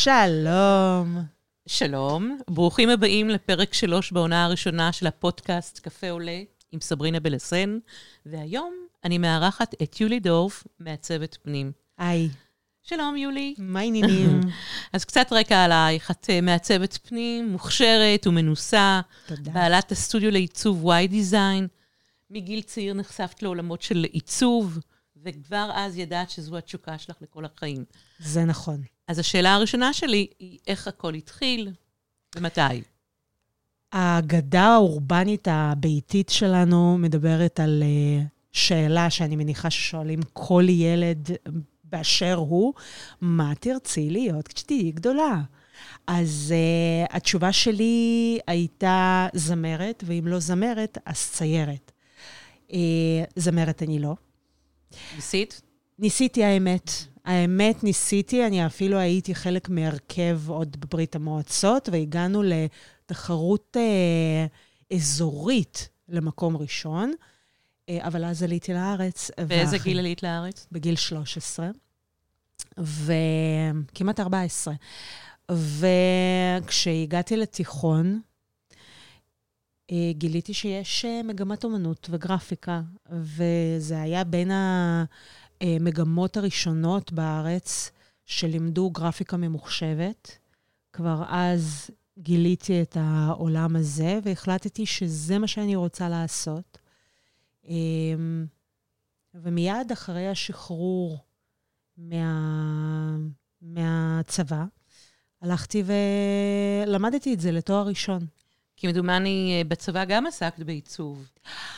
שלום. שלום, ברוכים הבאים לפרק 3 בעונה הראשונה של הפודקאסט קפה עולה עם סברינה בלסן, והיום אני מארחת את יולי דורף מעצבת פנים. היי. שלום יולי. מה העניינים? אז קצת רקע עלייך, את מעצבת פנים, מוכשרת ומנוסה, תודה. בעלת הסטודיו לעיצוב Y-Design, מגיל צעיר נחשפת לעולמות של עיצוב, וכבר אז ידעת שזו התשוקה שלך לכל החיים. זה נכון. אז השאלה הראשונה שלי היא איך הכל התחיל ומתי. האגדה האורבנית הביתית שלנו מדברת על שאלה שאני מניחה ששואלים כל ילד באשר הוא, מה תרצי להיות כשתהיי גדולה? אז התשובה שלי הייתה זמרת, ואם לא זמרת, אז ציירת. זמרת אני לא. ניסית? ניסיתי האמת ניסיתי, אני אפילו הייתי חלק מהרכב עוד בברית המועצות, והגענו לתחרות אזורית למקום ראשון, אבל אז עליתי לארץ. באיזה גיל עלית לארץ? בגיל 13, וכמעט 14. וכשהגעתי לתיכון, גיליתי שיש מגמת אומנות וגרפיקה, וזה היה בין המגמות הראשונות בארץ שלימדו גרפיקה ממוחשבת. כבר אז גיליתי את העולם הזה, והחלטתי שזה מה שאני רוצה לעשות. ומיד אחרי השחרור מהצבא, הלכתי ולמדתי את זה לתואר ראשון. כי מדומני בצבא גם עסקת בעיצוב.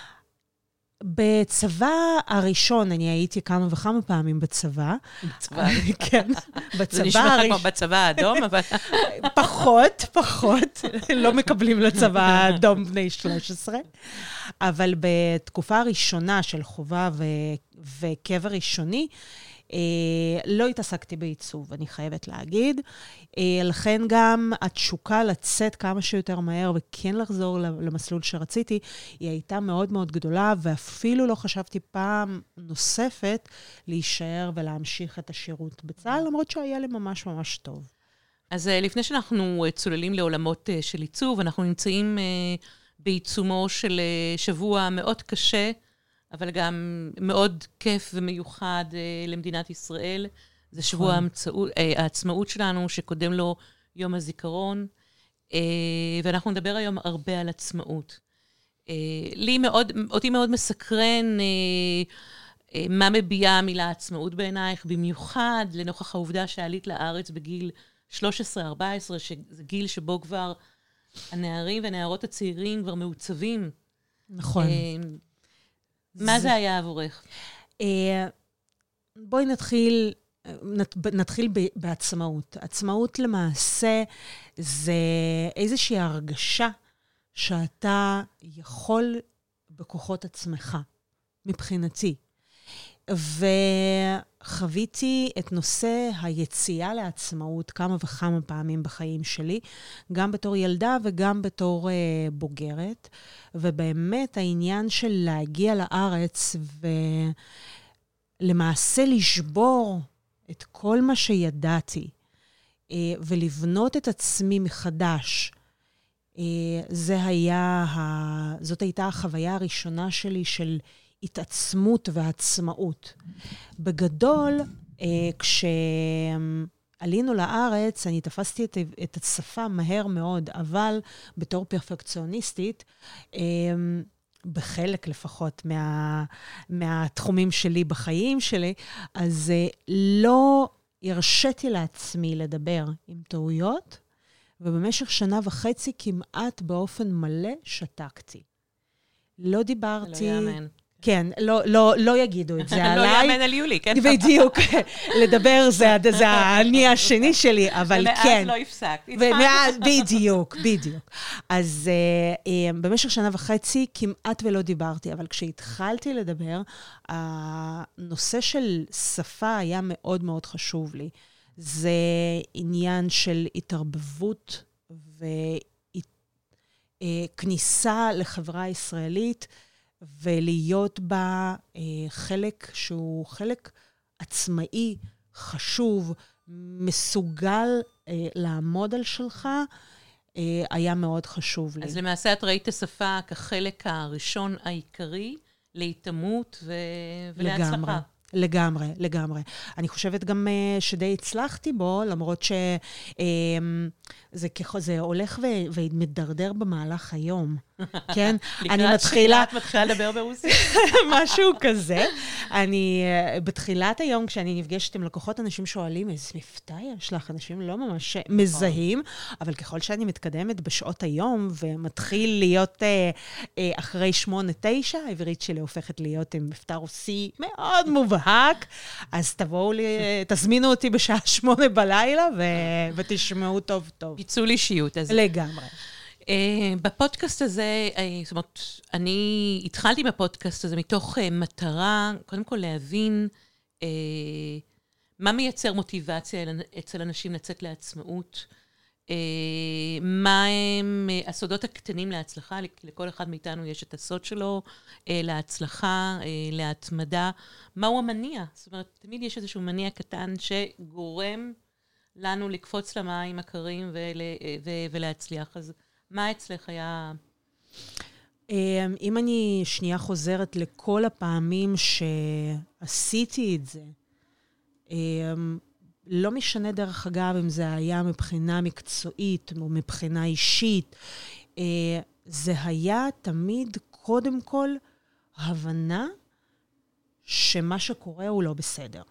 בצבא הראשון, אני הייתי כמה וכמה פעמים בצבא. בצבא? כן. זה נשמע כמו בצבא האדום, אבל... פחות. לא מקבלים לצבא האדום בני 13. אבל בתקופה הראשונה של חובה וקבע ראשוני, לא התעסקתי בעיצוב, אני חייבת להגיד. לכן גם התשוקה לצאת כמה שיותר מהר וכן לחזור למסלול שרציתי, היא הייתה מאוד מאוד גדולה, ואפילו לא חשבתי פעם נוספת להישאר ולהמשיך את השירות בצה"ל, למרות שהיה לי ממש ממש טוב. אז לפני שאנחנו צוללים לעולמות של עיצוב, אנחנו נמצאים בעיצומו של שבוע מאוד קשה, אבל גם מאוד כיף ומיוחד למדינת ישראל. זה שבוע העצמאות שלנו, שקודם לו יום הזיכרון, ואנחנו נדבר היום הרבה על עצמאות. אותי מאוד מסקרן מה מביעה המילה עצמאות בעינייך, במיוחד לנוכח העובדה שעלית לארץ בגיל 13-14, שזה גיל שבו כבר הנערים והנערות הצעירים כבר מעוצבים. נכון. מה זה היה עבורך? בואי נתחיל בעצמאות. עצמאות למעשה זה איזושהי הרגשה שאתה יכול בכוחות עצמך, מבחינתי. וחוויתי את נושא היציאה לעצמאות כמה וכמה פעמים בחיים שלי, גם בתור ילדה וגם בתור בוגרת. ובאמת העניין של להגיע לארץ ולמעשה לשבור את כל מה שידעתי ולבנות את עצמי מחדש, זאת הייתה החוויה הראשונה שלי של התעצמות ועצמאות. בגדול, כשעלינו לארץ, אני תפסתי את השפה מהר מאוד, אבל בתור פרפקציוניסטית, בחלק לפחות מהתחומים שלי בחיים שלי, אז לא הרשיתי לעצמי לדבר עם טעויות, ובמשך 1.5 שנה כמעט באופן מלא שתקתי. לא דיברתי... לא יאמן. כן, לא יגידו את זה עליי. לא יאמן על יולי, כן? בדיוק. לדבר זה אני השני שלי, אבל כן. ומאז לא הפסקת. בדיוק. אז במשך 1.5 שנה כמעט ולא דיברתי, אבל כשהתחלתי לדבר, הנושא של שפה היה מאוד מאוד חשוב לי. זה עניין של התערבבות וכניסה לחברה הישראלית, ולהיות בה חלק שהוא חלק עצמאי, חשוב, מסוגל לעמוד על שלך, היה מאוד חשוב לי. אז למעשה את ראית השפה כחלק הראשון העיקרי להתאמות ולהצלחה. לגמרי, לגמרי. אני חושבת גם שדי הצלחתי בו, למרות שזה הולך ומדרדר במהלך היום. כן? אני מתחילה... את מתחילה לדבר ברוסית. משהו כזה. אני, בתחילת היום, כשאני נפגשת עם לקוחות, אנשים שואלים, איזה מבטא יש לך? אנשים לא ממש מזהים, אבל ככל שאני מתקדמת בשעות היום, ומתחיל להיות אחרי 8-9, העברית שלי הופכת להיות עם מבטא רוסי מאוד מובהק, אז תבואו לי, תזמינו אותי בשעה 8 בלילה, ותשמעו טוב טוב. פיצול אישיות. לגמרי. בפודקאסט הזה, זאת אומרת, אני התחלתי בפודקאסט הזה מתוך מטרה, קודם כל להבין מה מייצר מוטיבציה אצל אנשים לצאת לעצמאות, מה הם הסודות הקטנים להצלחה, לכל אחד מאיתנו יש את הסוד שלו, להצלחה, להתמדה, מהו המניע? זאת אומרת, תמיד יש איזשהו מניע קטן שגורם לנו לקפוץ למים הקרים ולהצליח. אז מה אצלך היה? אם אני שנייה חוזרת לכל הפעמים שעשיתי את זה, לא משנה דרך אגב אם זה היה מבחינה מקצועית או מבחינה אישית, זה היה תמיד קודם כל הבנה שמה שקורה הוא לא בסדר.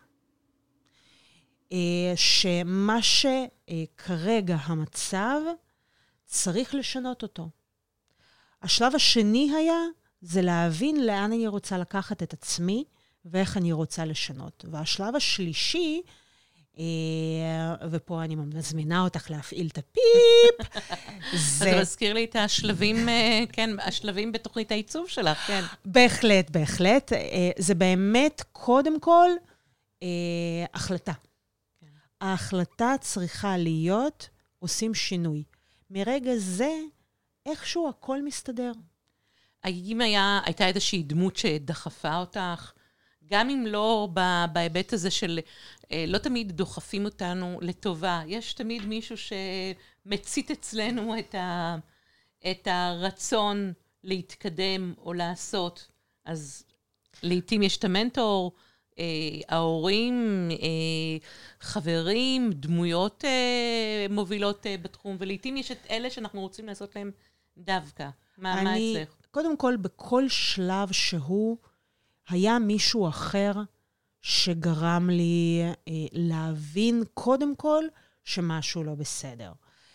שמה שכרגע המצב צריך לשנות אותו. השלב השני היה, זה להבין לאן אני רוצה לקחת את עצמי, ואיך אני רוצה לשנות. והשלב השלישי, ופה אני מזמינה אותך להפעיל את הפיפ, זה... אז מזכיר לי את השלבים, כן, השלבים בתוכנית העיצוב שלך, כן. בהחלט, בהחלט. זה באמת, קודם כל, החלטה. ההחלטה צריכה להיות, עושים שינוי. מרגע זה, איכשהו הכל מסתדר. האם הייתה איזושהי דמות שדחפה אותך? גם אם לא בהיבט הזה של, לא תמיד דוחפים אותנו לטובה. יש תמיד מישהו שמצית אצלנו את הרצון להתקדם או לעשות. אז לעתים יש את המנטור, ההורים, חברים, דמויות מובילות בתחום, ולעתים יש את אלה שאנחנו רוצים לעשות להם דווקא. מה אצלך? קודם כל, בכל שלב שהוא, היה מישהו אחר שגרם לי להבין, קודם כל, שמשהו לא בסדר.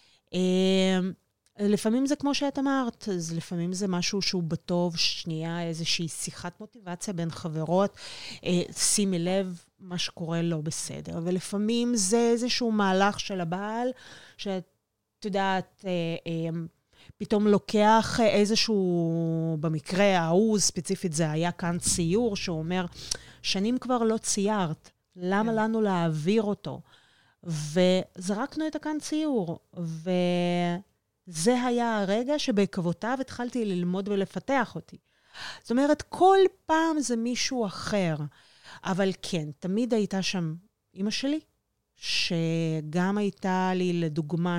לפעמים זה כמו שאת אמרת, אז לפעמים זה משהו שהוא בטוב, שנייה, איזושהי שיחת מוטיבציה בין חברות, שימי לב מה שקורה לא בסדר. ולפעמים זה איזשהו מהלך של הבעל, שאת יודעת, פתאום לוקח איזשהו, במקרה ההוא ספציפית זה היה כאן ציור, שאומר, שנים כבר לא ציירת, למה לנו להעביר אותו? וזרקנו את הכאן ציור, זה היה הרגע שבעקבותיו התחלתי ללמוד ולפתח אותי. זאת אומרת, כל פעם זה מישהו אחר. אבל כן, תמיד הייתה שם אמא שלי, שגם הייתה לי לדוגמה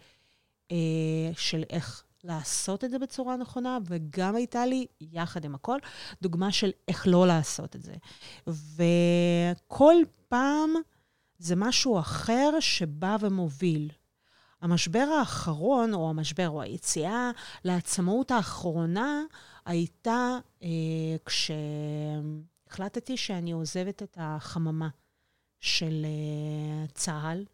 של איך לעשות את זה בצורה נכונה, וגם הייתה לי, יחד עם הכל, דוגמה של איך לא לעשות את זה. וכל פעם זה משהו אחר שבא ומוביל. המשבר האחרון, או המשבר, או היציאה לעצמאות האחרונה, הייתה כשהחלטתי שאני עוזבת את החממה של צה"ל.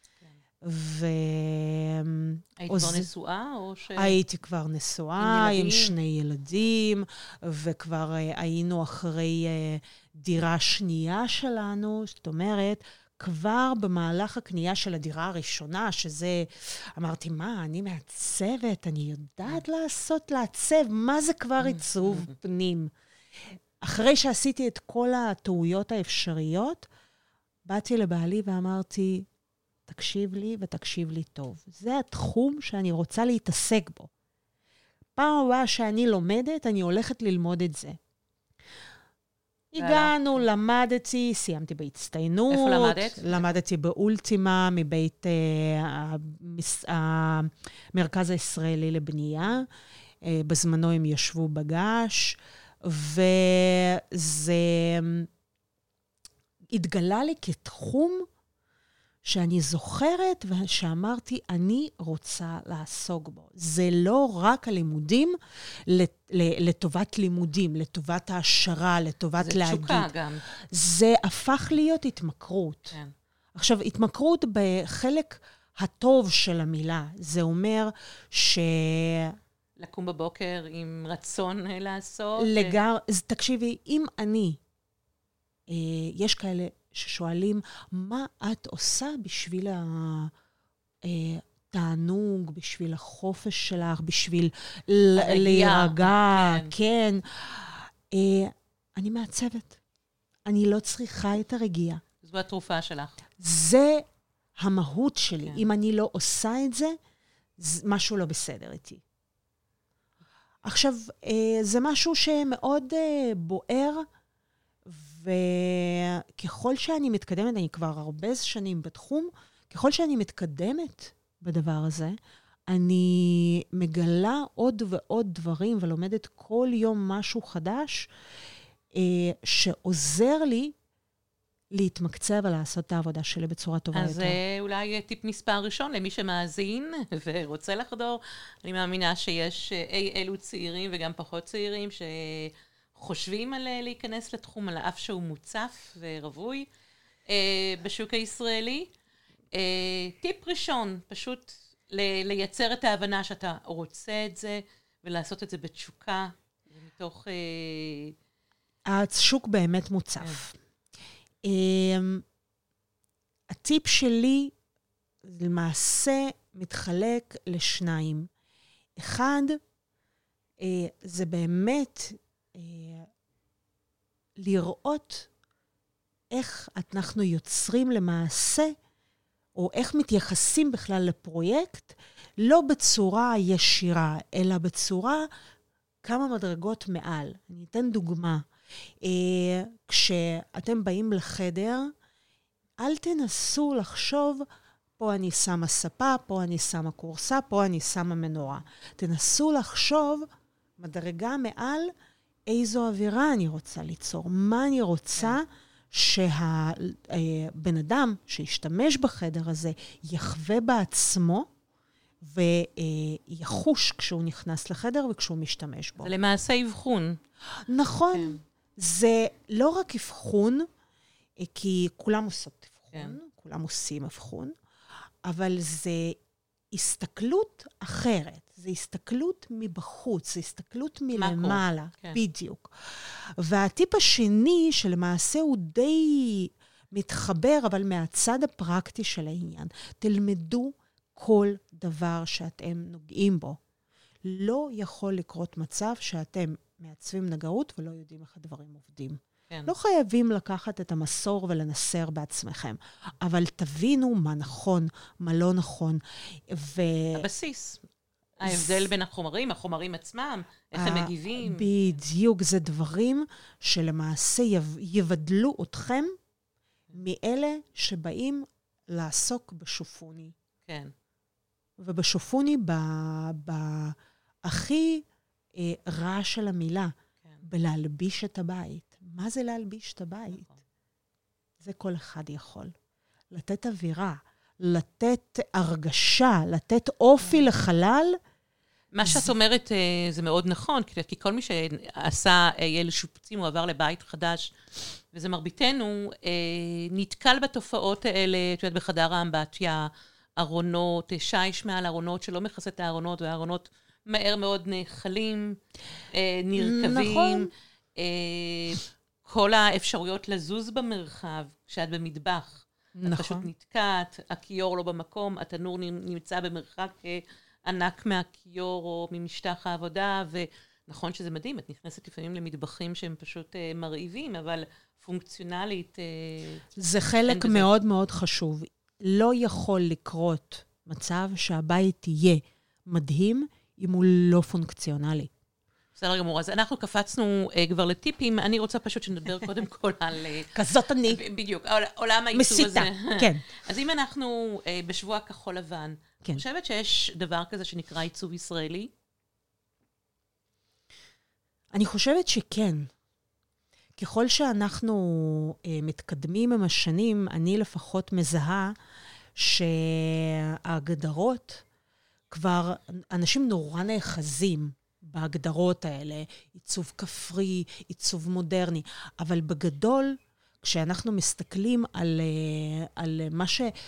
היית כבר נשואה או ש... הייתי כבר נשואה עם 2 ילדים, וכבר היינו אחרי דירה שנייה שלנו, זאת אומרת, כבר במהלך הקנייה של הדירה הראשונה, שזה, אמרתי, מה, אני מעצבת, אני יודעת לעצב, מה זה כבר עיצוב פנים? אחרי שעשיתי את כל הטעויות האפשריות, באתי לבעלי ואמרתי, תקשיב לי ותקשיב לי טוב. זה התחום שאני רוצה להתעסק בו. פעם הבאה שאני לומדת, אני הולכת ללמוד את זה. הגענו, למדתי, סיימתי בהצטיינות. איפה למדת? למדתי באולטימה, מבית המרכז הישראלי לבנייה. בזמנו הם ישבו בגש, וזה התגלה לי כתחום שאני זוכרת ושאמרתי, אני רוצה לעסוק בו. זה לא רק הלימודים לטובת לימודים, לטובת ההשערה, לטובת להגיד. זה תשוקה גם. זה הפך להיות התמכרות. כן. עכשיו, התמכרות בחלק הטוב של המילה, זה אומר לקום בבוקר עם רצון לעשות. אז תקשיבי, אם יש כאלה ששואלים, מה את עושה בשביל התענוג, בשביל החופש שלך, בשביל להירגע, כן. אני מעצבת. אני לא צריכה את הרגיעה. זו התרופה שלך. זה המהות שלי. אם אני לא עושה את זה, משהו לא בסדר איתי. עכשיו, זה משהו שמאוד בוער, וככל שאני מתקדמת, אני כבר הרבה שנים בתחום, ככל שאני מתקדמת בדבר הזה, אני מגלה עוד ועוד דברים, ולומדת כל יום משהו חדש, שעוזר לי להתמקצע ולעשות את העבודה שלי בצורה טובה יותר. אז אולי טיפ מספר ראשון למי שמאזין ורוצה לחדור. אני מאמינה שיש אלו צעירים וגם פחות צעירים שחושבים על להיכנס לתחום, על אף שהוא מוצף ורווי בשוק הישראלי. טיפ ראשון, פשוט לייצר את ההבנה שאתה רוצה את זה ולעשות את זה בתשוקה ומתוך... השוק באמת מוצף. הטיפ שלי למעשה מתחלק לשניים. אחד, זה באמת לראות איך אנחנו יוצרים למעשה, או איך מתייחסים בכלל לפרויקט, לא בצורה ישירה, אלא בצורה כמה מדרגות מעל. אני אתן דוגמה. כשאתם באים לחדר, אל תנסו לחשוב, פה אני שמה ספה, פה אני שמה קורסה, פה אני שמה מנורה. תנסו לחשוב מדרגה מעל איזו אווירה אני רוצה ליצור, מה אני רוצה שהבן אדם שישתמש בחדר הזה יחווה בעצמו, ויחוש כשהוא נכנס לחדר וכשהוא משתמש בו. זה למעשה אבחון. נכון. כן. זה לא רק אבחון, כי כולם עושות אבחון, כן. כולם עושים אבחון, אבל זה הסתכלות אחרת. זה הסתכלות מבחוץ, זה הסתכלות מלמעלה. כן. בדיוק. והטיפ השני, שלמעשה הוא די מתחבר, אבל מהצד הפרקטי של העניין, תלמדו כל דבר שאתם נוגעים בו. לא יכול לקרות מצב שאתם מעצבים נגרות ולא יודעים איך הדברים עובדים. כן. לא חייבים לקחת את המסור ולנסר בעצמכם, אבל תבינו מה נכון, מה לא נכון. הבסיס. ההבדל בין החומרים עצמם, איך הם מגיבים. בדיוק, זה דברים שלמעשה יבדלו אתכם מאלה שבאים לעסוק בשופוני. כן. ובשופוני, הכי רע של המילה, כן. בלהלביש את הבית. מה זה להלביש את הבית? נכון. זה כל אחד יכול. לתת אווירה, לתת הרגשה, לתת אופי לחלל. מה שאת אומרת זה מאוד נכון, כי כל מי שעשה ילד שופצים, הוא עבר לבית חדש, וזה מרביתנו, נתקל בתופעות האלה, את יודעת, בחדר האמבטיה, ארונות, שיש מעל ארונות שלא מכסה את הארונות, והארונות מהר מאוד נחלים, נרכבים. נכון. כל האפשרויות לזוז במרחב, כשאת במטבח. נכון. את פשוט נתקעת, הכיור לא במקום, התנור נמצא במרחק ענק מהכיור או ממשטח העבודה, ונכון שזה מדהים, את נכנסת לפעמים למטבחים שהם פשוט מרעיבים, אבל פונקציונלית... זה חלק מאוד מאוד חשוב. לא יכול לקרות מצב שהבית יהיה מדהים, אם הוא לא פונקציונלי. בסדר גמור, אז אנחנו קפצנו כבר לטיפים, אני רוצה פשוט שנדבר קודם כל על... כזאת אני. בדיוק, עולם העיצוב הזה. מסיתה, כן. אז אם אנחנו בשבוע כחול לבן, אני חושבת שיש דבר כזה שנקרא עיצוב ישראלי? אני חושבת שכן. ככל שאנחנו מתקדמים עם השנים, אני לפחות מזהה שההגדרות, כבר אנשים נורא נאחזים בהגדרות האלה, עיצוב כפרי, עיצוב מודרני, אבל בגדול, כשאנחנו מסתכלים על מה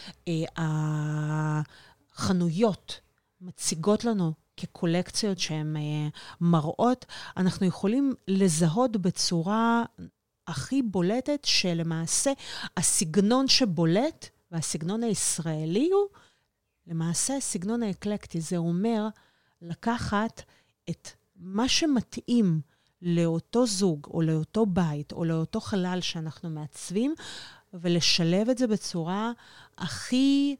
שהחנויות מציגות לנו כקולקציות שהן מראות, אנחנו יכולים לזהות בצורה הכי בולטת שלמעשה הסגנון שבולט, והסגנון הישראלי הוא למעשה הסגנון האקלקטי. זה אומר לקחת את מה שמתאים לאותו זוג או לאותו בית או לאותו חלל שאנחנו מעצבים, ולשלב את זה בצורה הכי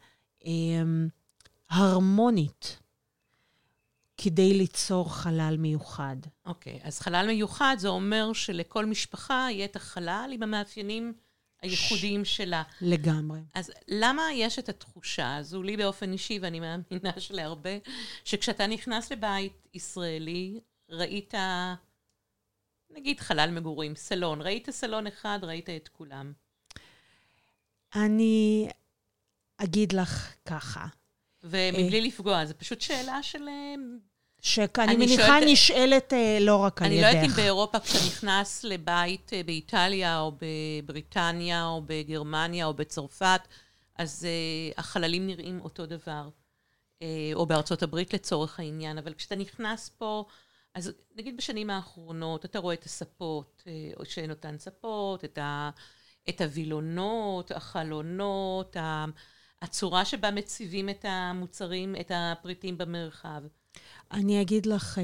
הרמונית, כדי ליצור חלל מיוחד. אוקיי, אז חלל מיוחד זה אומר שלכל משפחה יהיה את החלל עם המאפיינים הייחודיים שלה. לגמרי. אז למה יש את התחושה הזו, לי באופן אישי, ואני מאמינה שלהרבה, שכשאתה נכנס לבית ישראלי, ראית, נגיד חלל מגורים, סלון, ראית סלון אחד, ראית את כולם. אני אגיד לך ככה. ומבלי לפגוע, זו פשוט שאלה של... שאני מניחה נשאלת לא רק על ידך. אני לא יודעת אם באירופה, כשנכנס לבית באיטליה, או בבריטניה, או בגרמניה, או בצרפת, אז החללים נראים אותו דבר. או בארצות הברית לצורך העניין. אבל כשאתה נכנס פה, אז נגיד בשנים האחרונות, אתה רואה את הספות, או שאין אותן ספות, את הווילונות, החלונות, הצורה שבה מציבים את המוצרים, את הפריטים במרחב. אני אגיד לך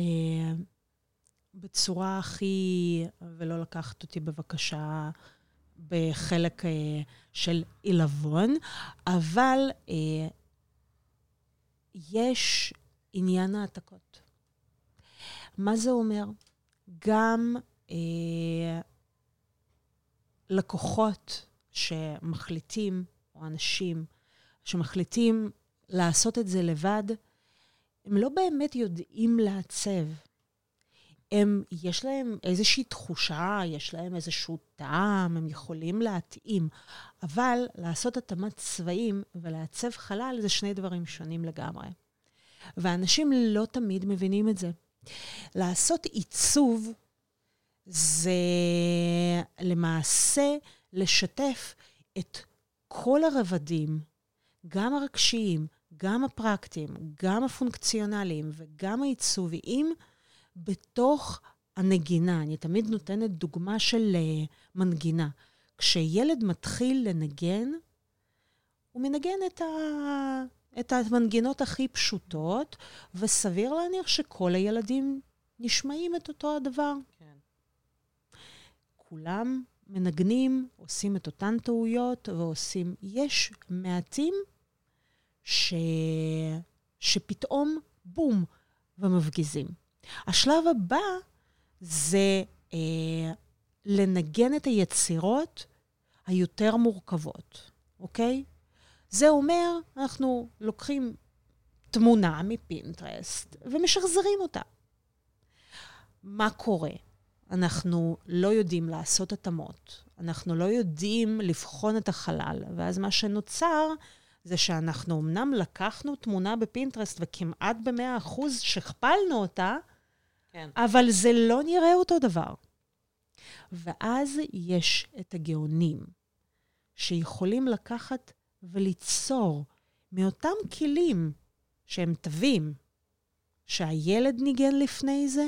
בצורה הכי, ולא לקחת אותי בבקשה בחלק של עילבון, אבל יש עניין העתקות. מה זה אומר? גם לקוחות שמחליטים, או אנשים שמחליטים לעשות את זה לבד, הם לא באמת יודעים לעצב. יש להם איזושהי תחושה, יש להם איזשהו טעם, הם יכולים להתאים. אבל לעשות התאמת צבעים ולעצב חלל זה שני דברים שונים לגמרי. ואנשים לא תמיד מבינים את זה. לעשות עיצוב זה למעשה לשתף את כל הרבדים, גם הרגשיים, גם הפרקטיים, גם הפונקציונליים וגם העיצוביים בתוך הנגינה. אני תמיד נותנת דוגמה של מנגינה. כשילד מתחיל לנגן, הוא מנגן את המנגינות הכי פשוטות, וסביר להניח שכל הילדים נשמעים את אותו הדבר. כן. כולם מנגנים, עושים את אותן טעויות, ועושים, יש מעטים שפתאום בום, ומפגיזים. השלב הבא זה לנגן את היצירות היותר מורכבות, אוקיי? זה אומר, אנחנו לוקחים תמונה מפינטרסט ומשחזרים אותה. מה קורה? אנחנו לא יודעים לעשות התאמות, אנחנו לא יודעים לבחון את החלל, ואז מה שנוצר זה שאנחנו אמנם לקחנו תמונה בפינטרסט וכמעט ב100% שכפלנו אותה, כן. אבל זה לא נראה אותו דבר. ואז יש את הגאונים שיכולים לקחת וליצור מאותם כלים שהם טובים, שהילד ניגן לפני זה,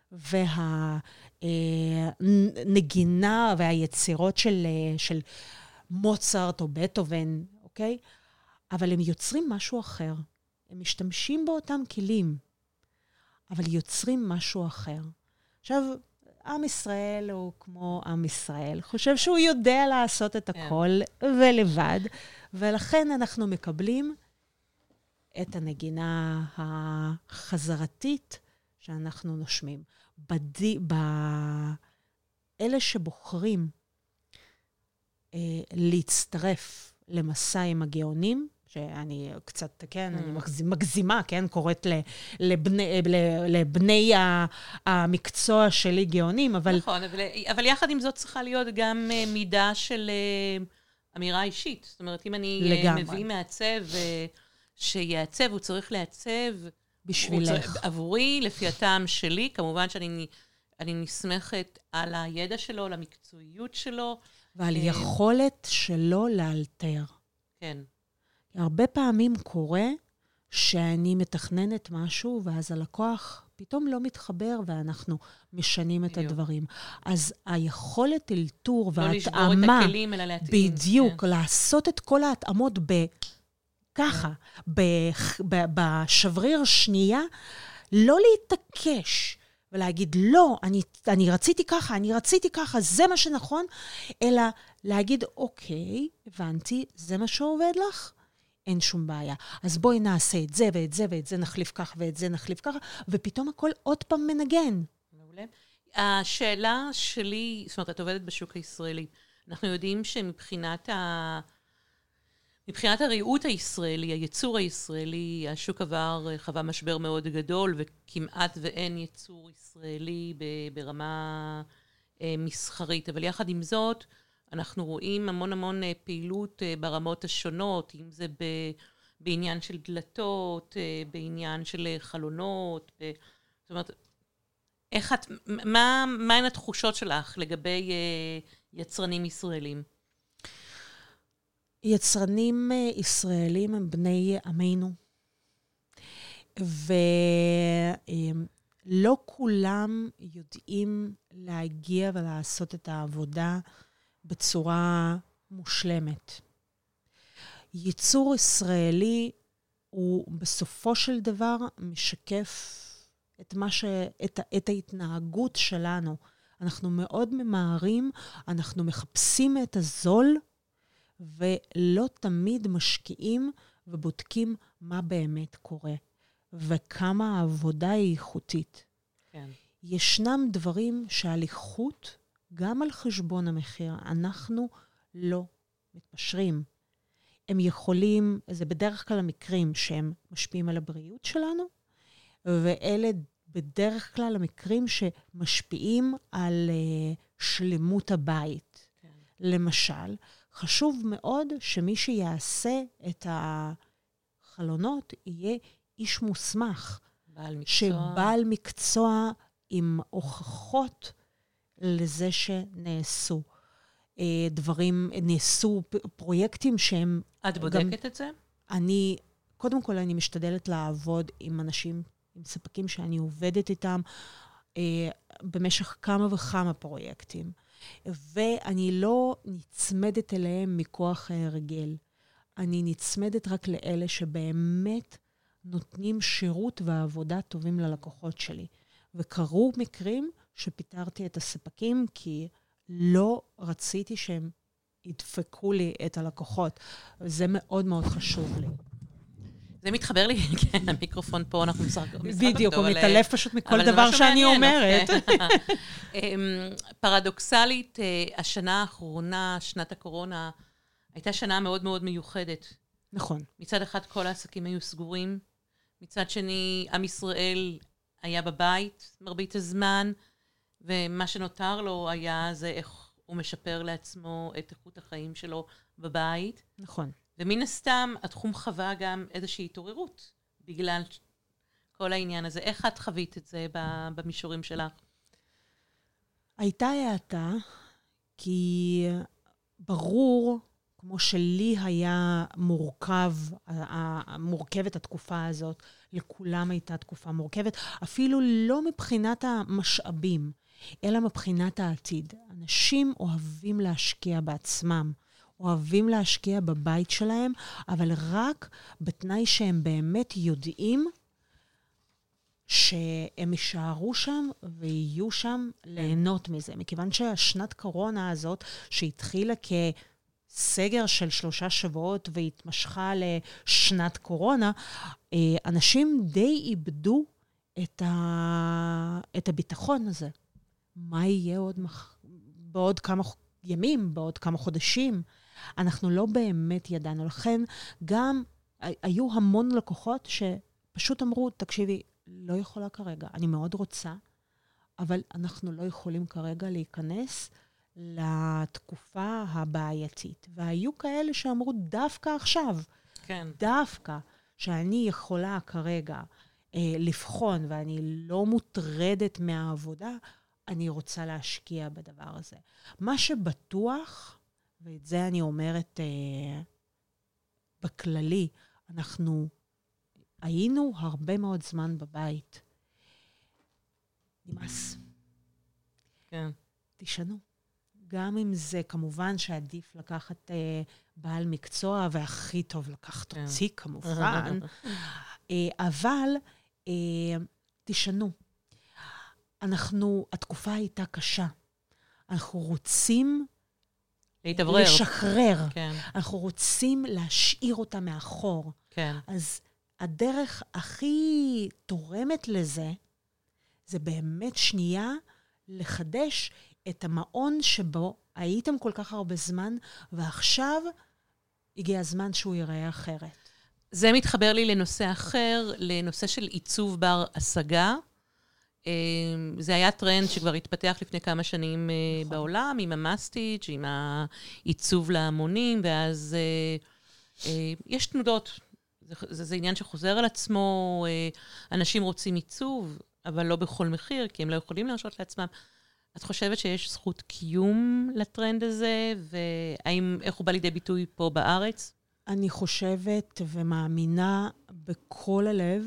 והנגינה והיצירות של מוצרט או בטהובן, אוקיי? אבל הם יוצרים משהו אחר. הם משתמשים באותם כלים, אבל יוצרים משהו אחר. עכשיו, עם ישראל הוא כמו עם ישראל. חושב שהוא יודע לעשות את הכל ולבד, ולכן אנחנו מקבלים את הנגינה החזרתית שאנחנו נושמים. אלה שבוחרים להצטרף למסע עם הגאונים, שאני קצת, כן, אני מגזימה, כן, קוראת לבני המקצוע שלי גאונים, אבל... נכון, אבל יחד עם זאת צריכה להיות גם מידה של אמירה אישית. זאת אומרת, אם אני מביא מעצב שיעצב, הוא צריך לעצב... בשבילך. עבורי, לפי הטעם שלי, כמובן שאני נסמכת על הידע שלו, על המקצועיות שלו. ועל יכולת שלו לאלתר. כן. הרבה פעמים קורה שאני מתכננת משהו, ואז הלקוח פתאום לא מתחבר, ואנחנו משנים את הדברים. אז היכולת אלתור וההתאמה... לא לשבור את הכלים, אלא להתאים. בדיוק, לעשות את כל ההתאמות ככה, בשבריר שנייה, לא להתעקש ולהגיד, לא, אני רציתי ככה, זה מה שנכון, אלא להגיד, אוקיי, הבנתי, זה מה שעובד לך? אין שום בעיה. אז בואי נעשה את זה ואת זה ואת זה נחליף ככה ואת זה נחליף ככה, ופתאום הכל עוד פעם מנגן. מעולה. השאלה שלי, זאת אומרת, את עובדת בשוק הישראלי. אנחנו יודעים שמבחינת מבחינת הריהוט הישראלי, הייצור הישראלי, השוק חווה משבר מאוד גדול, וכמעט ואין ייצור ישראלי ברמה מסחרית. אבל יחד עם זאת, אנחנו רואים המון פעילות ברמות השונות, אם זה בעניין של דלתות, בעניין של חלונות. זאת אומרת, מהן התחושות שלך לגבי יצרנים ישראלים? יצרנים ישראלים הם בני עמנו, ולא כולם יודעים להגיע ולעשות את העבודה בצורה מושלמת. ייצור ישראלי הוא בסופו של דבר משקף את ההתנהגות שלנו. אנחנו מאוד ממהרים, אנחנו מחפשים את הזול, ולא תמיד משקיעים ובודקים מה באמת קורה, וכמה העבודה היא איכותית. כן. ישנם דברים שעל איכות, גם על חשבון המחיר, אנחנו לא מתפשרים. הם יכולים, זה בדרך כלל המקרים שהם משפיעים על הבריאות שלנו, ואלה בדרך כלל המקרים שמשפיעים על שלמות הבית. כן. למשל, חשוב מאוד שמי שיעשה את החלונות יהיה איש מוסמך. בעל מקצוע. שבעל מקצוע עם הוכחות לזה שנעשו נעשו פרויקטים שהם... את בודקת את זה? קודם כל אני משתדלת לעבוד עם אנשים, עם ספקים שאני עובדת איתם, במשך כמה וכמה פרויקטים. ואני לא נצמדת אליהם מכוח רגל. אני נצמדת רק לאלה שבאמת נותנים שירות ועבודה טובים ללקוחות שלי. וקרו מקרים שפיטרתי את הספקים, כי לא רציתי שהם ידפקו לי את הלקוחות. זה מאוד מאוד חשוב לי. זה מתחבר לי, כן, המיקרופון פה, אנחנו משחק בדיוק, הוא מתעלף פשוט מכל דבר שאני אומרת. פרדוקסלית, השנה האחרונה, שנת הקורונה, הייתה שנה מאוד מאוד מיוחדת. נכון. מצד אחד כל העסקים היו סגורים, מצד שני, עם ישראל היה בבית מרבית הזמן, ומה שנותר לו היה זה איך הוא משפר לעצמו את איכות החיים שלו בבית. נכון. ומן הסתם, התחום חווה גם איזושהי התעוררות, בגלל כל העניין הזה. איך את חווית את זה במישורים שלך? הייתה האטה, כי ברור, כמו שלי היה מורכבת התקופה הזאת, לכולם הייתה תקופה מורכבת, אפילו לא מבחינת המשאבים, אלא מבחינת העתיד. אנשים אוהבים להשקיע בעצמם, אוהבים להשקיע בבית שלהם, אבל רק בתנאי שהם באמת יודעים שהם יישארו שם ויהיו שם ליהנות מזה. מכיוון שהשנת קורונה הזאת, שהתחילה כסגר של 3 שבועות והתמשכה לשנת קורונה, אנשים די איבדו את הביטחון הזה. מה יהיה בעוד כמה ימים, בעוד כמה חודשים? אנחנו לא באמת ידענו. לכן גם היו המון לקוחות שפשוט אמרו, תקשיבי, לא יכולה כרגע, אני מאוד רוצה, אבל אנחנו לא יכולים כרגע להיכנס לתקופה הבעייתית. והיו כאלה שאמרו, דווקא עכשיו, כן. דווקא שאני יכולה כרגע לבחון, ואני לא מוטרדת מהעבודה, אני רוצה להשקיע בדבר הזה. מה שבטוח, ואת זה אני אומרת בכללי, אנחנו היינו הרבה מאוד זמן בבית. נמאס. כן. תשנו. גם אם זה כמובן שעדיף לקחת בעל מקצוע, והכי טוב לקחת אותי כמובן, אבל תשנו. התקופה הייתה קשה. אנחנו רוצים להתאוורר. לשחרר. כן. אנחנו רוצים להשאיר אותה מאחור. כן. אז הדרך הכי תורמת לזה, זה באמת שנייה לחדש את המעון שבו הייתם כל כך הרבה זמן, ועכשיו הגיע הזמן שהוא ייראה אחרת. זה מתחבר לי לנושא אחר, לנושא של עיצוב בר השגה. זה היה טרנד שכבר התפתח לפני כמה שנים בעולם, עם המאסטיג', עם העיצוב להמונים, ואז יש תנודות. זה עניין שחוזר על עצמו, אנשים רוצים עיצוב, אבל לא בכל מחיר, כי הם לא יכולים להרשות לעצמם. את חושבת שיש זכות קיום לטרנד הזה, ואיך הוא בא לידי ביטוי פה בארץ? אני חושבת ומאמינה בכל הלב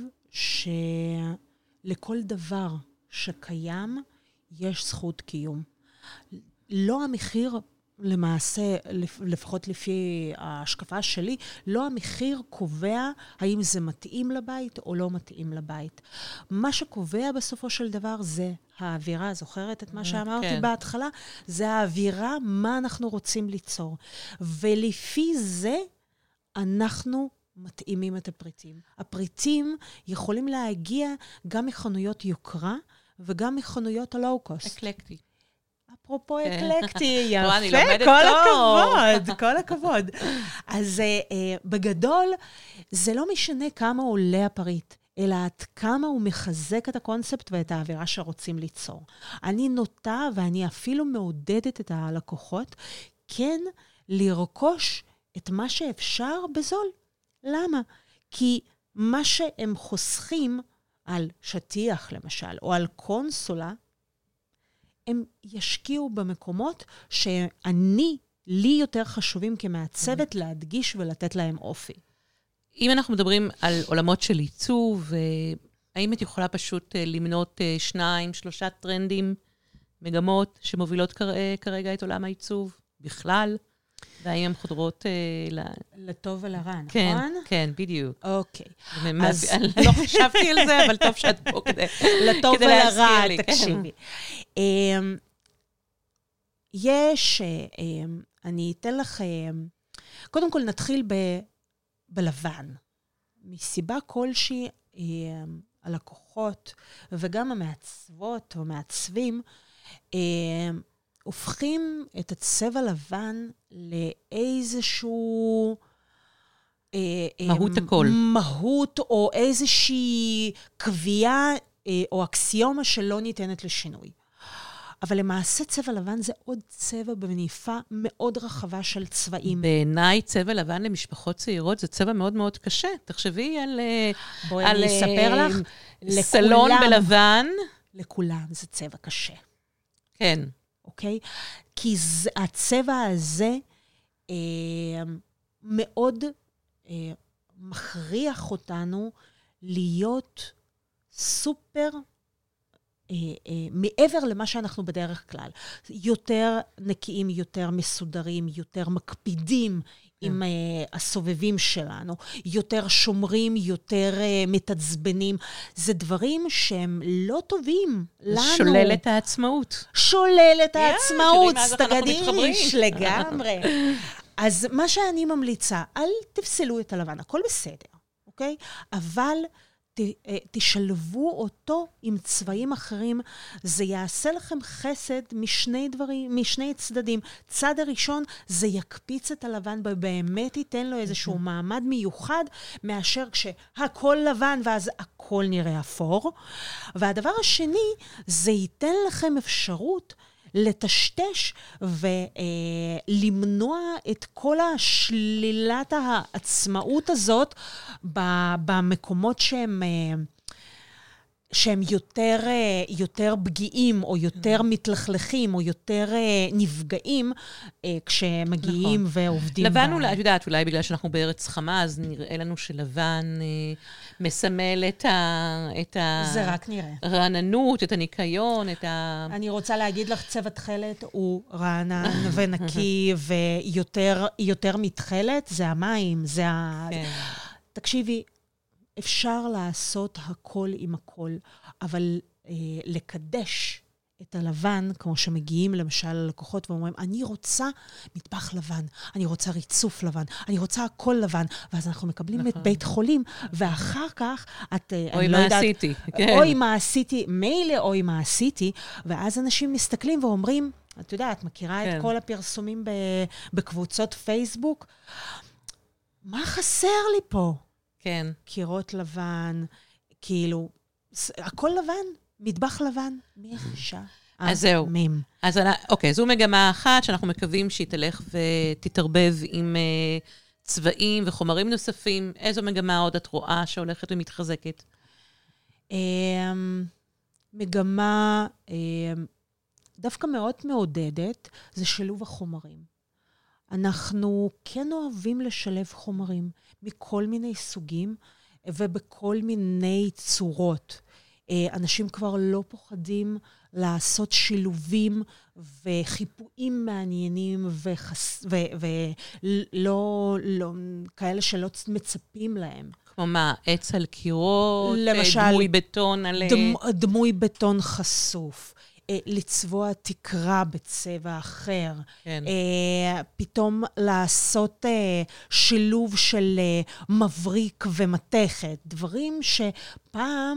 שלכל דבר שקיים יש זכות קיום. לא המחיר, למעשה, לפחות לפי ההשקפה שלי, לא המחיר קובע האם זה מתאים לבית או לא מתאים לבית. מה שקובע בסופו של דבר זה האווירה, זוכרת את מה שאמרתי בהתחלה? זה האווירה, מה אנחנו רוצים ליצור. ולפי זה אנחנו מתאימים את הפריטים. הפריטים יכולים להגיע גם מחנויות יוקרה וגם מחנויות הלואו-קוסט. אקלקטי. אפרופו אקלקטי, יפה, כל הכבוד, כל הכבוד. אז בגדול, זה לא משנה כמה עולה הפריט, אלא עד כמה הוא מחזק את הקונספט ואת האווירה שרוצים ליצור. אני נוטה ואני אפילו מעודדת את הלקוחות, כן לרכוש את מה שאפשר בזול. למה? כי מה שהם חוסכים על שטיח למשל, או על קונסולה, הם ישקיעו במקומות לי יותר חשובים כמעצבת להדגיש ולתת להם אופי. אם אנחנו מדברים על עולמות של עיצוב, האם את יכולה פשוט למנות 2-3 טרנדים, מגמות שמובילות כרגע את עולם העיצוב בכלל? והאם הן חודרות לטוב ולרע, כן, נכון? כן, בדיוק. אוקיי. אז לא חשבתי על זה, אבל טוב שאת פה כדי לטוב ולרע, לי. תקשיבי. אני אתן לך, קודם כל נתחיל בלבן. מסיבה כלשהי, הלקוחות וגם המעצבות או מעצבים, הופכים את הצבע לבן לאיזשהו מהות הכל. מהות או איזושהי קביעה או אקסיומה שלא ניתנת לשינוי. אבל למעשה צבע לבן זה עוד צבע במניפה מאוד רחבה של צבעים. בעיניי צבע לבן למשפחות צעירות זה צבע מאוד מאוד קשה. תחשבי בואי אני אספר לך. סלון בלבן. לכולם זה צבע קשה. כן. אוקיי? כי הצבע הזה מאוד מכריח אותנו להיות סופר מעבר למה שאנחנו בדרך כלל. יותר נקיים, יותר מסודרים, יותר מקפידים עם הסובבים שלנו, יותר שומרים, יותר מתעצבנים. זה דברים שהם לא טובים לנו. שולל את העצמאות. שולל את העצמאות, סטגדיש, לגמרי. אז מה שאני ממליצה, אל תפסלו את הלבן, הכל בסדר, אוקיי? אבל תשלבו אותו עם צבעים אחרים, זה יעשה לכם חסד משני צדדים. צד הראשון, זה יקפיץ את הלבן, ובאמת ייתן לו איזשהו מעמד מיוחד, מאשר כשהכל לבן, ואז הכל נראה אפור. והדבר השני, זה ייתן לכם אפשרות לטשטש ולמנוע את כל השלילת העצמאות הזאת במקומות שהם יותר פגיעים, או יותר מתלכלכים, או יותר נפגעים, כשמגיעים ועובדים. לבן אולי, את יודעת, אולי בגלל שאנחנו בארץ חמה, אז נראה לנו שלבן מסמל את זה רק נראה. הרעננות, את הניקיון, אני רוצה להגיד לך, צבע תכלת הוא רענן ונקי, ויותר מתכלת, זה המים, זה תקשיבי, אפשר לעשות הכל עם הכל, אבל לקדש את הלבן, כמו שמגיעים למשל ללקוחות ואומרים, אני רוצה מטבח לבן, אני רוצה ריצוף לבן, אני רוצה הכל לבן, ואז אנחנו מקבלים את בית חולים, ואחר כך אוי מה עשיתי. אוי מה עשיתי, מילא אוי מה עשיתי, ואז אנשים מסתכלים ואומרים, את יודעת, את מכירה את כל הפרסומים בקבוצות פייסבוק? מה חסר לי פה? כן. קירות לבן, כאילו, הכל לבן, מטבח לבן, מי אישה? אז זהו. אז אוקיי, זו מגמה אחת שאנחנו מקווים שהיא תלך ותתערבב עם צבעים וחומרים נוספים. איזו מגמה עוד את רואה שהולכת ומתחזקת? מגמה דווקא מאוד מעודדת, זה שילוב החומרים. אנחנו כן אוהבים לשלב חומרים מכל מיני סוגים ובכל מיני צורות. אנשים כבר לא פוחדים לעשות שילובים וחיפויים מעניינים ולא כאלה שלא מצפים להם. כמו מה? עץ על קירות? למשל, דמוי בטון על... דמוי בטון חשוף. לצבוע תקרה בצבע אחר. כן. פתאום לעשות שילוב של מבריק ומתכת. דברים שפעם...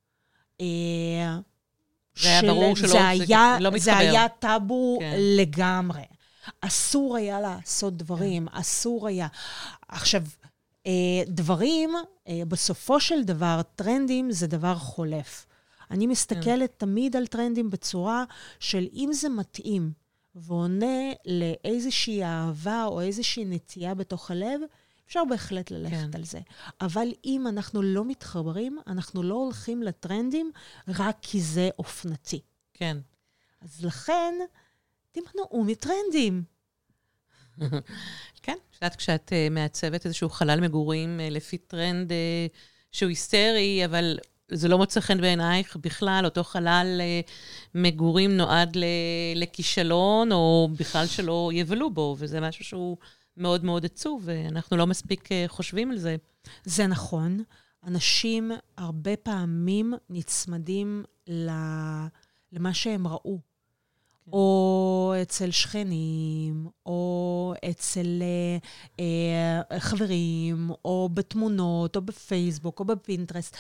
זה היה ברור שלא לא מתחבר. זה היה טאבו לגמרי. אסור היה לעשות דברים, אסור היה. עכשיו, דברים, בסופו של דבר, טרנדים זה דבר חולף. אני מסתכלת תמיד על טרנדים בצורה של אם זה מתאים, ועונה לאיזושהי אהבה או איזושהי נטייה בתוך הלב, אפשר בהחלט ללכת על זה. אבל אם אנחנו לא מתחברים, אנחנו לא הולכים לטרנדים רק כי זה אופנתי. כן. אז לכן, תמנעו מטרנדים. כן, כשאת מעצבת איזשהו חלל מגורים לפי טרנד שהוא היסטרי, אבל זה לא מוצא חן בעינייך בכלל, אותו חלל מגורים נועד לכישלון, או בכלל שלא יבלו בו, וזה משהו שהוא מאוד מאוד עצוב, ואנחנו לא מספיק חושבים על זה. זה נכון. אנשים הרבה פעמים נצמדים למה שהם ראו. או אצל שכנים, או אצל חברים, או בתמונות, או בפייסבוק, או בפינטרסט.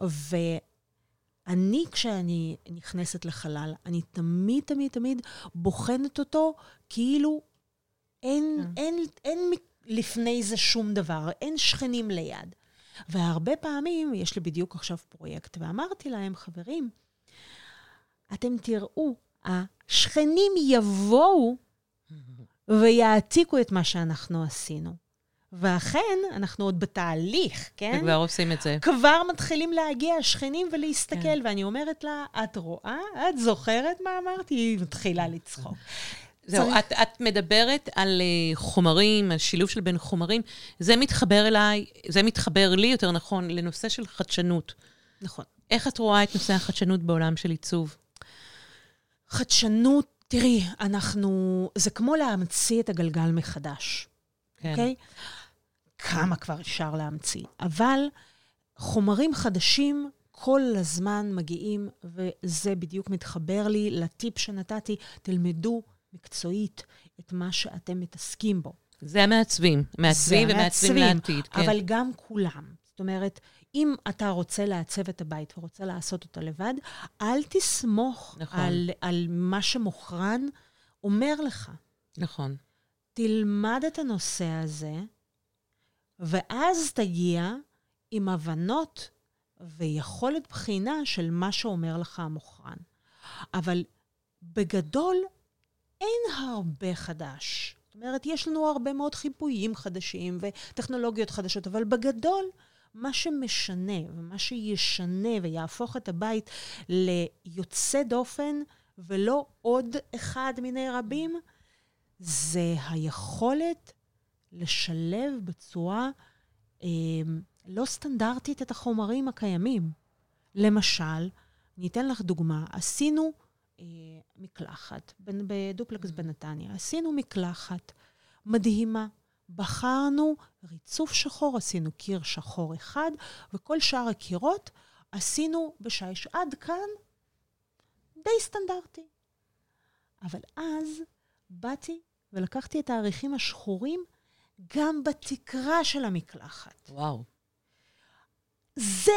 ואני, כשאני נכנסת לחלל, אני תמיד, תמיד, תמיד בוחנת אותו כאילו אין לפני זה שום דבר, אין שכנים ליד. והרבה פעמים, יש לי בדיוק עכשיו פרויקט, ואמרתי להם, חברים, אתם תראו, השכנים יבואו ויעתיקו את מה שאנחנו עשינו. ואכן, אנחנו עוד בתהליך, כן? וכבר עושים את זה. כבר מתחילים להגיע השכנים ולהסתכל, כן. ואני אומרת לה, את רואה? את זוכרת מה אמרתי? היא מתחילה לצחוק. זהו, את מדברת על חומרים, על שילוב של בין חומרים, זה מתחבר אליי, זה מתחבר לי יותר נכון, לנושא של חדשנות. נכון. איך את רואה את נושא החדשנות בעולם של עיצוב? חדשנות, תראי, זה כמו להמציא את הגלגל מחדש. כן. אוקיי? כמה כבר אפשר להמציא. אבל חומרים חדשים כל הזמן מגיעים, וזה בדיוק מתחבר לי לטיפ שנתתי, תלמדו מקצועית את מה שאתם מתעסקים בו. זה המעצבים. מעצבים ומעצבים לעתיד. אבל גם כולם. זאת אומרת, אם אתה רוצה לעצב את הבית ורוצה לעשות אותו לבד, אל תסמוך על מה שמוכרן אומר לך. נכון. תלמד את הנושא הזה, ואז תגיע עם הבנות ויכולת בחינה של מה שאומר לך המוכרן. אבל בגדול אין הרבה חדש. זאת אומרת, יש לנו הרבה מאוד חיפויים חדשים וטכנולוגיות חדשות, אבל בגדול, מה שמשנה ומה שישנה ויהפוך את הבית ליוצא דופן, ולא עוד אחד מיני רבים, זה היכולת לשלב בצורה לא סטנדרטית את החומרים הקיימים. למשל, אני אתן לך דוגמה, עשינו מקלחת, בדופלקס בנתניה, עשינו מקלחת מדהימה, בחרנו ריצוף שחור, עשינו קיר שחור אחד, וכל שאר הקירות עשינו בשיש. עד כאן די סטנדרטי. אבל אז באתי ולקחתי את העריכים השחורים גם בתקרה של המקלחת. וואו. זה,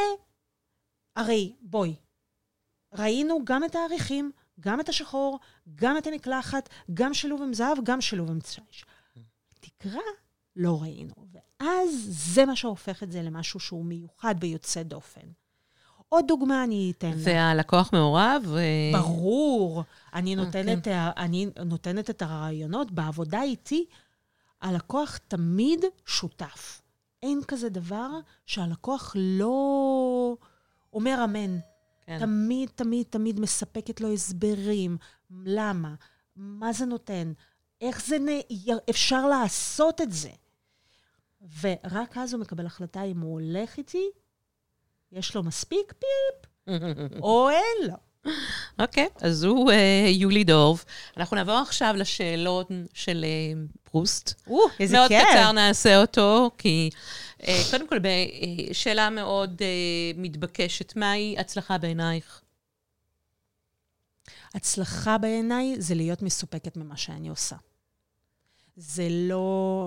הרי בואי, ראינו גם את העריכים, גם את השחור, גם את המקלחת, גם שילוב עם זהב, גם שילוב עם שיש. תקרה לא ראינו, ואז זה מה שהופך את זה למשהו שהוא מיוחד ביוצא דופן. עוד דוגמה אני אתן. והלקוח מעורב? ברור. אני נותנת את הרעיונות. בעבודה איתי, הלקוח תמיד שותף. אין כזה דבר שהלקוח לא אומר אמן. כן. תמיד, תמיד, תמיד מספקת לו הסברים. למה? מה זה נותן? איך זה אפשר לעשות את זה? ורק אז הוא מקבל החלטה אם הוא הולך איתי, יש לו מספיק פיפ, או אין לו. אוקיי, אז הוא יולי דורף. אנחנו נעבור עכשיו לשאלות של פרוסט. איזה מאוד כיף. קצר נעשה אותו, כי קודם כל, שאלה מאוד מתבקשת. מהי הצלחה בעינייך? הצלחה בעיניי זה להיות מסופקת ממה שאני עושה. זה לא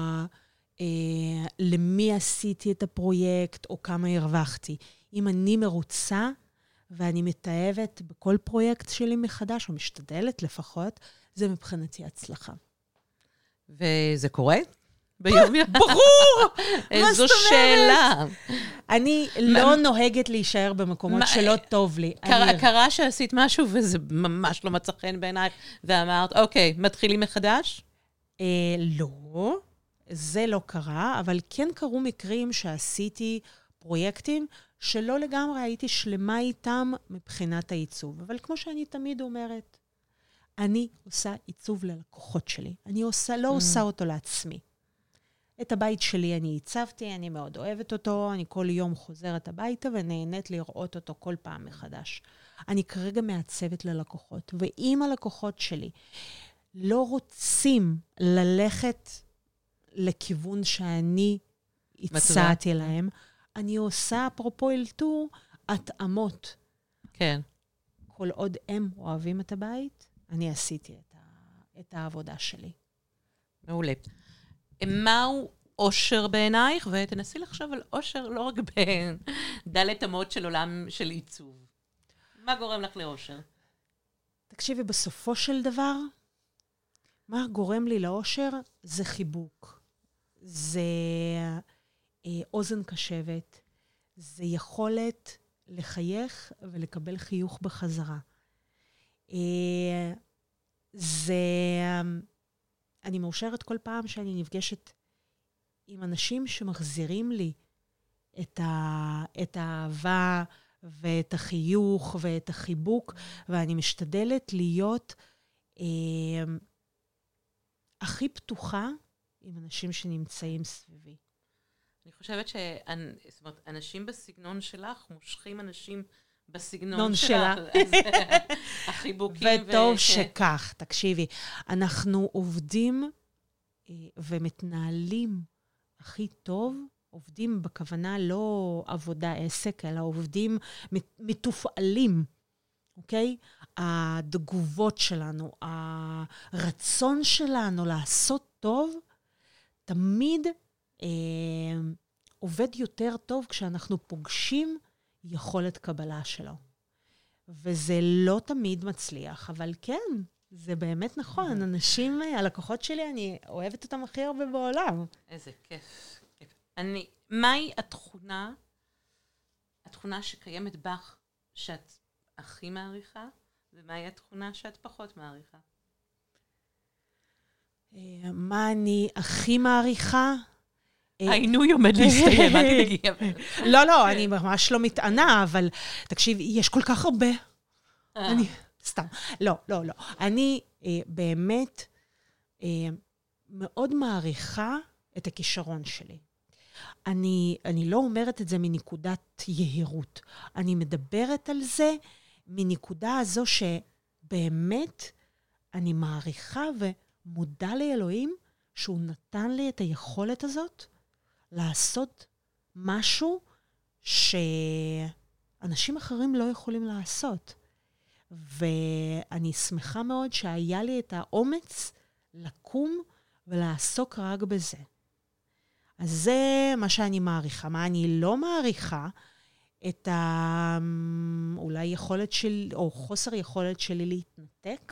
למי עשיתי את הפרויקט או כמה הרווחתי. אם אני מרוצה ואני מתאהבת בכל פרויקט שלי מחדש, או משתדלת לפחות, זה מבחינתי הצלחה. וזה קורה? ביום יום? ברור! איזו שאלה. אני לא נוהגת להישאר במקומות שלא טוב לי. קרה שעשית משהו וזה ממש לא מצא חן בעיניי, ואמרת, אוקיי, מתחילים מחדש? לא, זה לא קרה, אבל כן קרו מקרים שעשיתי פרויקטים שלא לגמרי הייתי שלמה איתם מבחינת העיצוב. אבל כמו שאני תמיד אומרת, אני עושה עיצוב ללקוחות שלי. אני לא עושה אותו לעצמי. את הבית שלי אני עיצבתי, אני מאוד אוהבת אותו, אני כל יום חוזרת הביתה ונהנית לראות אותו כל פעם מחדש. אני כרגע מעצבת ללקוחות, ואם הלקוחות שלי לא רוצים ללכת לכיוון שאני הצעתי להם, אני עושה, אפרופו אלתור, התאמות. כן. כל עוד הם אוהבים את הבית, אני עשיתי את העבודה שלי. מעולה. מהו אושר בעינייך? ותנסי לחשוב על אושר לא רק בדלת אמות של עולם של עיצוב. מה גורם לך לאושר? תקשיבי, בסופו של דבר, מה גורם לי לאושר? זה חיבוק. זה אוזן קשבת. זה יכולת לחייך ולקבל חיוך בחזרה. אני מאושרת כל פעם שאני נפגשת עם אנשים שמחזירים לי את האהבה ואת החיוך ואת החיבוק, ואני משתדלת להיות הכי פתוחה עם אנשים שנמצאים סביבי. אני חושבת שאנשים בסגנון שלך מושכים אנשים בסגנון שלך. החיבוקים. וטוב שכך, תקשיבי. אנחנו עובדים ומתנהלים הכי טוב, עובדים בכוונה לא עבודה עסק, אלא עובדים מתופעלים, אוקיי? התגובות שלנו, הרצון שלנו לעשות טוב, תמיד עובד יותר טוב כשאנחנו פוגשים יכולת קבלה שלו. וזה לא תמיד מצליח, אבל כן, זה באמת נכון. אנשים, הלקוחות שלי, אני אוהבת אותם הכי הרבה בעולם. איזה כיף. מהי התכונה שקיימת בך שאת הכי מעריכה, ומהי התכונה שאת פחות מעריכה? מה אני הכי מעריכה? העינוי עומד להסתיים, אל תדאגי. לא, אני ממש לא מתענה, אבל תקשיב, יש כל כך הרבה. סתם. לא. אני באמת מאוד מעריכה את הכישרון שלי. אני לא אומרת את זה מנקודת יהירות. אני מדברת על זה מנקודה הזו שבאמת אני מעריכה ומודה לאלוהים שהוא נתן לי את היכולת הזאת לעשות משהו שאנשים אחרים לא יכולים לעשות. ואני שמחה מאוד שהיה לי את האומץ לקום ולעסוק רק בזה. אז זה מה שאני מעריכה. מה אני לא מעריכה? את אולי יכולת שלי, או חוסר יכולת שלי להתנתק,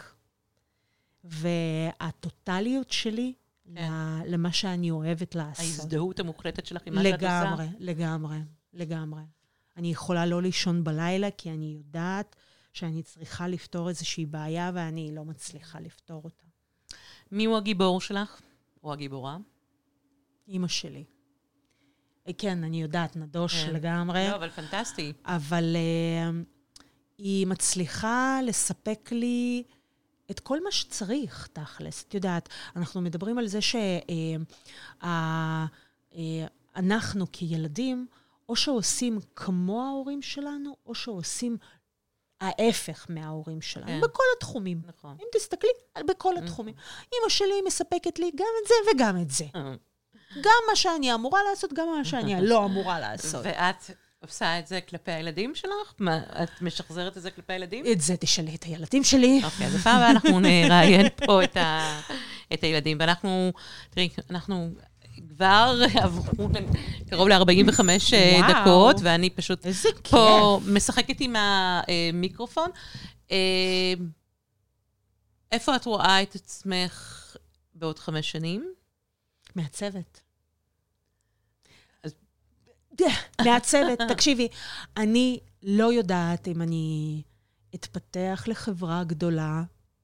והטוטליות שלי למה שאני אוהבת לעשות. ההזדהות המוחלטת שלך עם מה שאת עושה? לגמרי. אני יכולה לא לישון בלילה, כי אני יודעת שאני צריכה לפתור איזושהי בעיה, ואני לא מצליחה לפתור אותה. מי הוא הגיבור שלך? או הגיבורה? אמא שלי. כן, אני יודעת, נדוש לגמרי. לא, אבל פנטסטי. אבל היא מצליחה לספק לי את כל מה שצריך, תכלס. את יודעת, אנחנו מדברים על זה שאנחנו כילדים, או שעושים כמו ההורים שלנו, או שעושים ההפך מההורים שלנו, בכל התחומים. נכון. אם תסתכלי, בכל התחומים. אמא שלי מספקת לי גם את זה וגם את זה. גם מה שאני אמורה לעשות, גם מה שאני לא אמורה לעשות. ואת עושה את זה כלפי הילדים שלך? את משחזרת את זה כלפי הילדים? את זה תשאלי את הילדים שלי. אוקיי, אז הפעם אנחנו נראיין פה את הילדים, ואנחנו, תראי, אנחנו כבר עברו קרוב ל-45 דקות, ואני פשוט פה משחקת עם המיקרופון. איפה את רואה את עצמך בעוד 5 שנים? מעצבת. מעצבת, תקשיבי, אני לא יודעת אם אני אתפתח לחברה גדולה,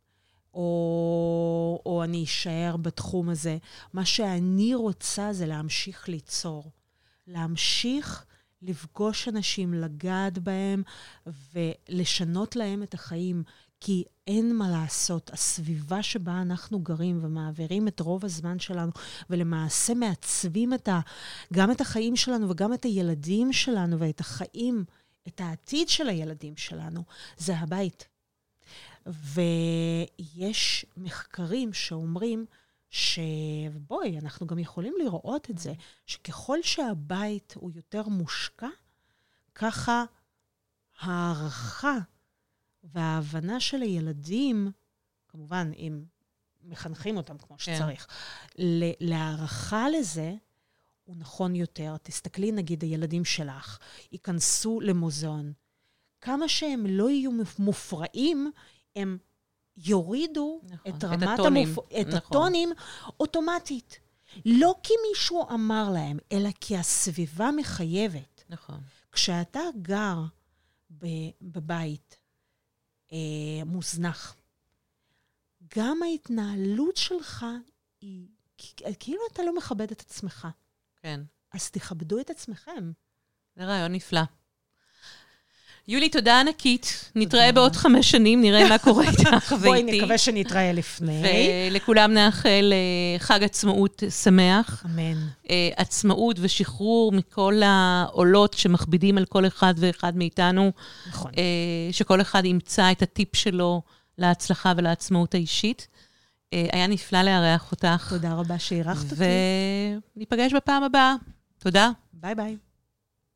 או אני אשאר בתחום הזה. מה שאני רוצה זה להמשיך ליצור. להמשיך לפגוש אנשים, לגעת בהם, ולשנות להם את החיים. כי אין מה לעשות. הסביבה שבה אנחנו גרים ומעבירים את רוב הזמן שלנו, ולמעשה מעצבים גם את החיים שלנו וגם את הילדים שלנו, ואת החיים, את העתיד של הילדים שלנו, זה הבית. ויש מחקרים שאומרים שבואי, אנחנו גם יכולים לראות את זה, שככל שהבית הוא יותר מושקע, ככה הערכה וההבנה של הילדים, כמובן, אם מחנכים אותם כמו שצריך, להערכה לזה, הוא נכון יותר. תסתכלי, נגיד, הילדים שלך, ייכנסו למוזיאון. כמה שהם לא יהיו מופרעים, הם יורידו את רמת הטונים אוטומטית. לא כי מישהו אמר להם, אלא כי הסביבה מחייבת. נכון. כשאתה גר בבית מוזנח, גם ההתנהלות שלך היא, כאילו אתה לא מכבד את עצמך. כן. אז תכבדו את עצמכם. זה רעיון נפלא. יולי, תודה ענקית. נתראה בעוד 5 שנים, נראה מה קורה איתך ואיתי. בואי נקווה שנתראה לפני. ולכולם נאחל חג עצמאות שמח. אמן. עצמאות ושחרור מכל העולות שמכבידים על כל אחד ואחד מאיתנו. נכון. שכל אחד ימצא את הטיפ שלו להצלחה ולעצמאות האישית. היה נפלא לארח אותך. תודה רבה שאירחת אותי. וניפגש בפעם הבאה. תודה. ביי ביי.